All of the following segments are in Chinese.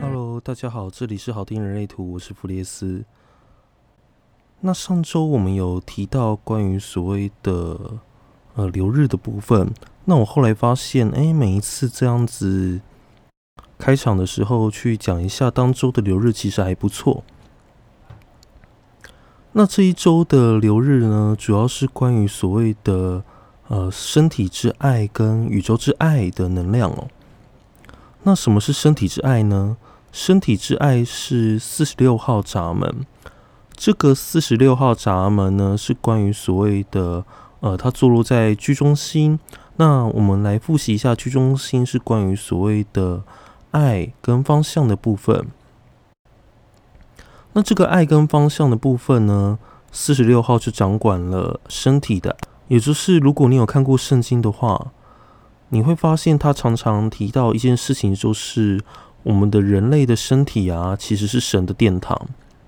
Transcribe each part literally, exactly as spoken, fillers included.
Hello，大家好，这里是好听人类图，我是弗列斯。那上周我们有提到关于所谓的呃流日的部分，那我后来发现，哎，每一次这样子开场的时候去讲一下当周的流日，其实还不错。那这一周的流日呢，主要是关于所谓的呃身体之爱跟宇宙之爱的能量哦。那什么是身体之爱呢？身体之爱是四十六号闸门。这个四十六号闸门呢，是关于所谓的呃，它坐落在居中心。那我们来复习一下，居中心是关于所谓的爱跟方向的部分。那这个爱跟方向的部分呢，四十六号就掌管了身体的，也就是如果你有看过圣经的话，你会发现他常常提到一件事情，就是我们的人类的身体啊，其实是神的殿堂。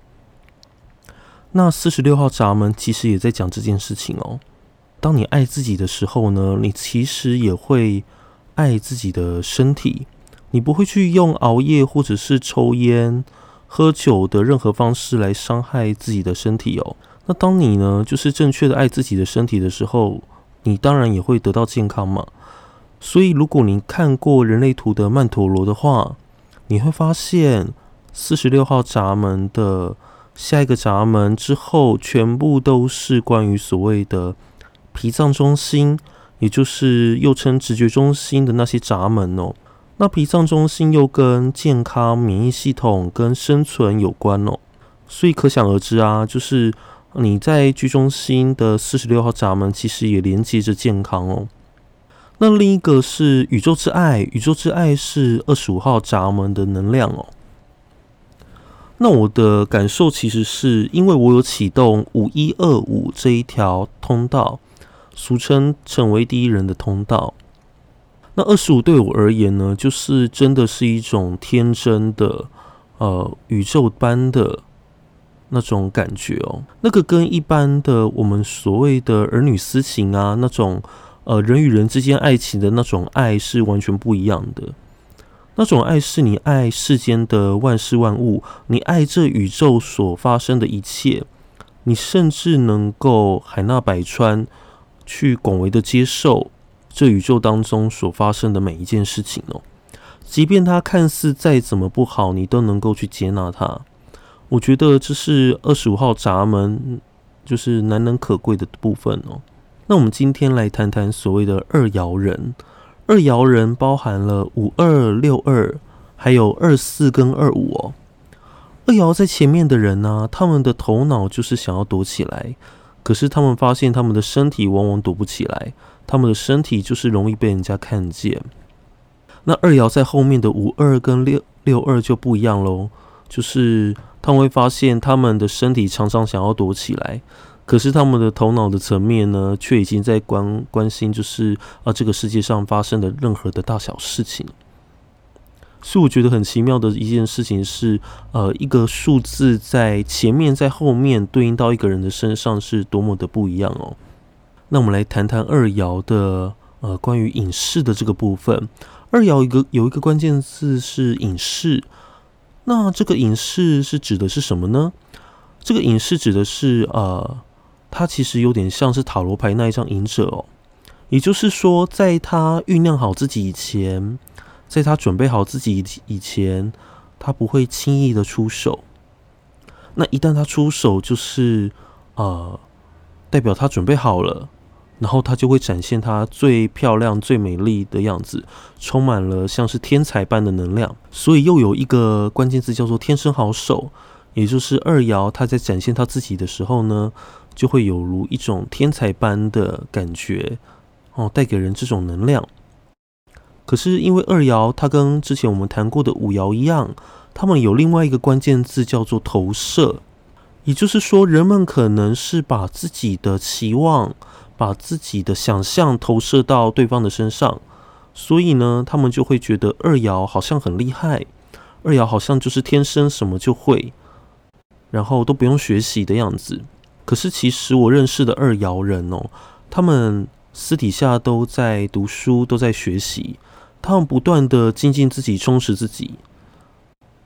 那四十六号闸门其实也在讲这件事情哦。当你爱自己的时候呢，你其实也会爱自己的身体，你不会去用熬夜或者是抽烟、喝酒的任何方式来伤害自己的身体哦。那当你呢，就是正确的爱自己的身体的时候，你当然也会得到健康嘛。所以，如果你看过人类图的曼陀罗的话，你会发现四十六号闸门的下一个闸门之后，全部都是关于所谓的脾脏中心，也就是又称直觉中心的那些闸门哦。那脾脏中心又跟健康、免疫系统跟生存有关哦。所以可想而知啊，就是你在居中心的四十六号闸门，其实也连接着健康哦。那另一个是宇宙之爱，宇宙之爱是二十五号闸门的能量哦。那我的感受其实是因为我有启动五一二五这一条通道，俗称成为第一人的通道。那二十五对我而言呢，就是真的是一种天真的呃宇宙般的那种感觉哦。那个跟一般的我们所谓的儿女私情啊，那种呃，人与人之间爱情的那种爱是完全不一样的。那种爱是你爱世间的万事万物，你爱这宇宙所发生的一切，你甚至能够海纳百川，去广为的接受这宇宙当中所发生的每一件事情哦。即便它看似再怎么不好，你都能够去接纳它。我觉得这是二十五号闸门就是难能可贵的部分哦。那我们今天来谈谈所谓的二爻人。二爻人包含了五二、六二，还有二四跟二五哦。二爻在前面的人呢、啊，他们的头脑就是想要躲起来，可是他们发现他们的身体往往躲不起来，他们的身体就是容易被人家看见。那二爻在后面的五二跟六六二就不一样喽，就是他们会发现他们的身体常常想要躲起来。可是他们的头脑的层面呢，却已经在关关心，就是啊这个世界上发生的任何的大小事情。所以我觉得很奇妙的一件事情是，呃，一个数字在前面在后面对应到一个人的身上是多么的不一样哦。那我们来谈谈二爻的呃关于隐士的这个部分。二爻一个有一个关键字是隐士，那这个隐士是指的是什么呢？这个隐士指的是呃。它其实有点像是塔罗牌那一张隐者哦，也就是说，在他酝酿好自己以前，在他准备好自己以前，他不会轻易的出手。那一旦他出手，就是呃，代表他准备好了，然后他就会展现他最漂亮、最美丽的样子，充满了像是天才般的能量。所以又有一个关键字叫做天生好手，也就是二爻他在展现他自己的时候呢，就会有如一种天才般的感觉哦，带给人这种能量。可是因为二爻它跟之前我们谈过的五爻一样，它们有另外一个关键字叫做投射，也就是说人们可能是把自己的期望、把自己的想象投射到对方的身上，所以呢，他们就会觉得二爻好像很厉害，二爻好像就是天生什么就会，然后都不用学习的样子。可是其实我认识的二爻人哦，他们私底下都在读书，都在学习，他们不断的精进自己，充实自己。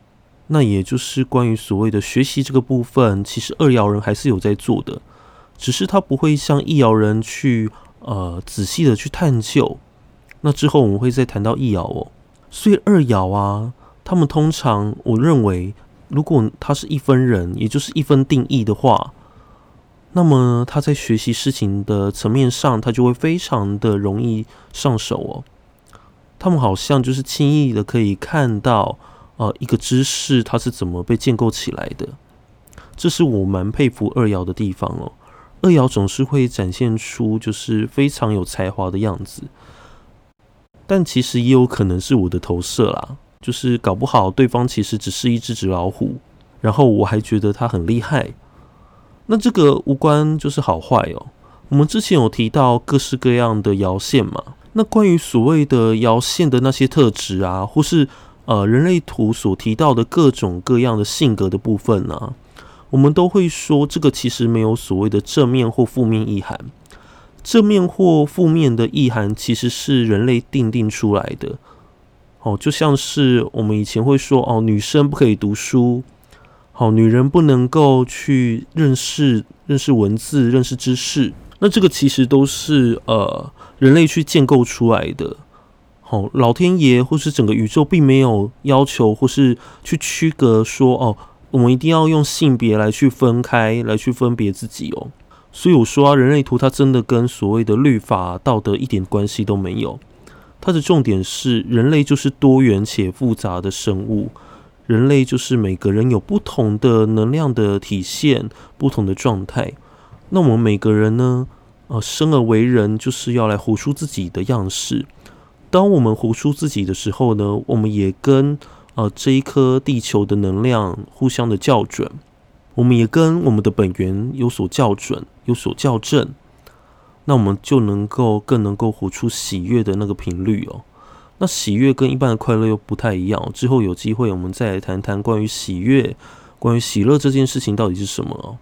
那也就是关于所谓的学习这个部分，其实二爻人还是有在做的，只是他不会像一爻人去呃仔细的去探究。那之后我们会再谈到一爻哦。所以二爻啊，他们通常我认为，如果他是一分人，也就是一分定义的话，那么他在学习事情的层面上，他就会非常的容易上手哦。他们好像就是轻易的可以看到，呃，一个知识它是怎么被建构起来的。这是我蛮佩服二爻的地方哦。二爻总是会展现出就是非常有才华的样子，但其实也有可能是我的投射啦，就是搞不好对方其实只是一只纸老虎，然后我还觉得他很厉害。那这个无关就是好坏哦。我们之前有提到各式各样的爻线嘛，那关于所谓的爻线的那些特质啊，或是呃人类图所提到的各种各样的性格的部分啊，我们都会说这个其实没有所谓的正面或负面意涵。正面或负面的意涵其实是人类定定出来的。哦，就像是我们以前会说哦，女生不可以读书。好，女人不能够去认识认识文字、认识知识，那这个其实都是呃人类去建构出来的。好，老天爷或是整个宇宙并没有要求或是去区隔说哦，我们一定要用性别来去分开，来去分别自己哦。所以我说啊，人类图它真的跟所谓的律法、道德一点关系都没有。它的重点是，人类就是多元且复杂的生物。人类就是每个人有不同的能量的体现，不同的状态。那我们每个人呢，呃，生而为人，就是要来活出自己的样式。当我们活出自己的时候呢，我们也跟呃这一颗地球的能量互相的校准，我们也跟我们的本源有所校准，有所校正。那我们就能够更能够活出喜悦的那个频率哦。那喜悦跟一般的快乐又不太一样，之后有机会我们再来谈谈关于喜悦、关于喜乐这件事情到底是什么哦。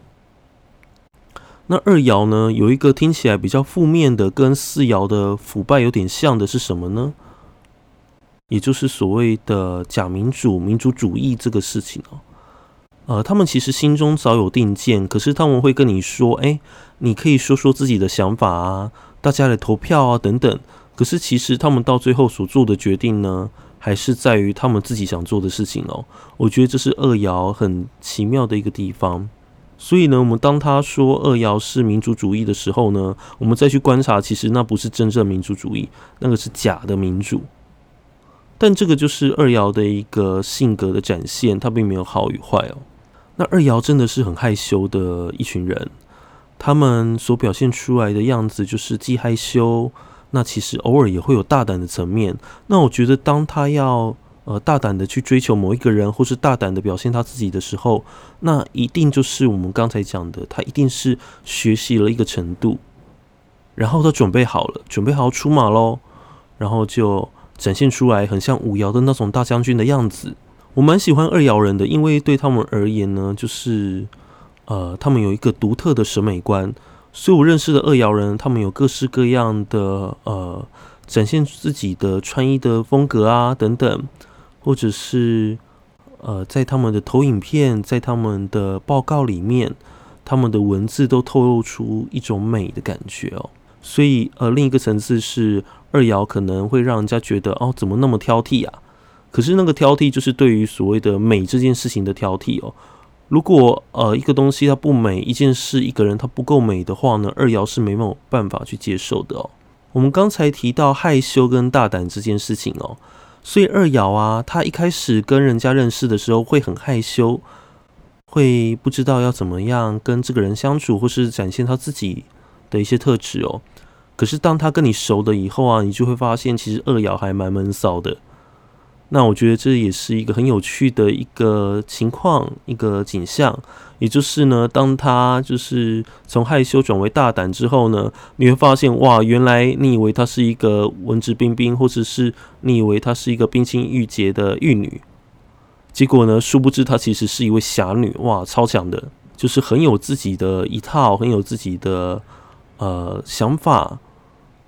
那二爻呢，有一个听起来比较负面的，跟四爻的腐败有点像的是什么呢？也就是所谓的假民主、民主主义这个事情哦。呃，他们其实心中早有定见，可是他们会跟你说，哎，你可以说说自己的想法啊，大家来投票啊，等等。可是其实他们到最后所做的决定呢，还是在于他们自己想做的事情哦。我觉得这是二爻很奇妙的一个地方。所以呢，我们当他说二爻是民主主义的时候呢，我们再去观察，其实那不是真正民主主义，那个是假的民主。但这个就是二爻的一个性格的展现，它并没有好与坏哦。那二爻真的是很害羞的一群人，他们所表现出来的样子就是既害羞，那其实偶尔也会有大胆的层面。那我觉得当他要呃大胆的去追求某一个人，或是大胆的表现他自己的时候，那一定就是我们刚才讲的，他一定是学习了一个程度，然后他准备好了，准备好出马咯，然后就展现出来很像五爻的那种大将军的样子。我蛮喜欢二爻人的，因为对他们而言呢，就是呃，他们有一个独特的审美观。所以我认识的二爻人，他们有各式各样的呃，展现自己的穿衣的风格啊，等等，或者是呃，在他们的投影片，在他们的报告里面，他们的文字都透露出一种美的感觉哦。所以呃，另一个层次是二爻可能会让人家觉得哦，怎么那么挑剔啊？可是那个挑剔就是对于所谓的美这件事情的挑剔哦。如果呃一个东西它不美，一件事一个人他不够美的话呢，二爻是没有办法去接受的哦。我们刚才提到害羞跟大胆这件事情哦，所以二爻啊，他一开始跟人家认识的时候会很害羞，会不知道要怎么样跟这个人相处，或是展现他自己的一些特质哦。可是当他跟你熟了以后啊，你就会发现其实二爻还蛮闷骚的。那我觉得这也是一个很有趣的一个情况，一个景象，也就是呢，当他就是从害羞转为大胆之后呢，你会发现哇，原来你以为他是一个文质彬彬，或者是你以为他是一个冰清玉洁的玉女，结果呢，殊不知他其实是一位侠女，哇，超强的，就是很有自己的一套，很有自己的呃想法，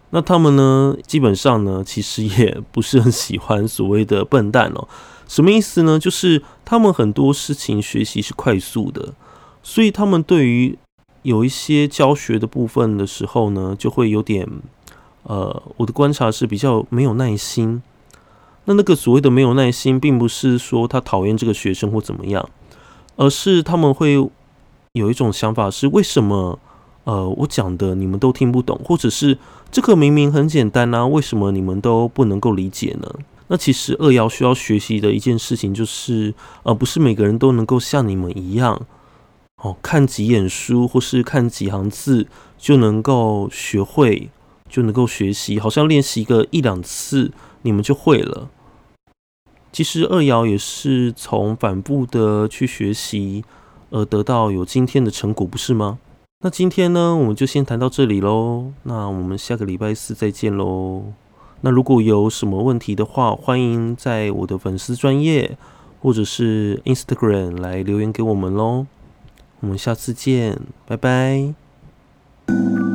那他们呢，基本上呢，其实也不是很喜欢所谓的笨蛋哦。什么意思呢？就是他们很多事情学习是快速的，所以他们对于有一些教学的部分的时候呢，就会有点，呃，我的观察是比较没有耐心。那那个所谓的没有耐心，并不是说他讨厌这个学生或怎么样，而是他们会有一种想法是：为什么呃我讲的你们都听不懂，或者是这个明明很简单啊，为什么你们都不能够理解呢？那其实二爻需要学习的一件事情就是，呃，不是每个人都能够像你们一样，哦，看几眼书或是看几行字就能够学会，就能够学习，好像练习个一两次你们就会了。其实二爻也是从反复的去学习，而得到有今天的成果，不是吗？那今天呢，我们就先谈到这里喽。那我们下个礼拜四再见喽。那如果有什么问题的话，欢迎在我的粉丝专页或者是 Instagram 来留言给我们喽。我们下次见，拜拜。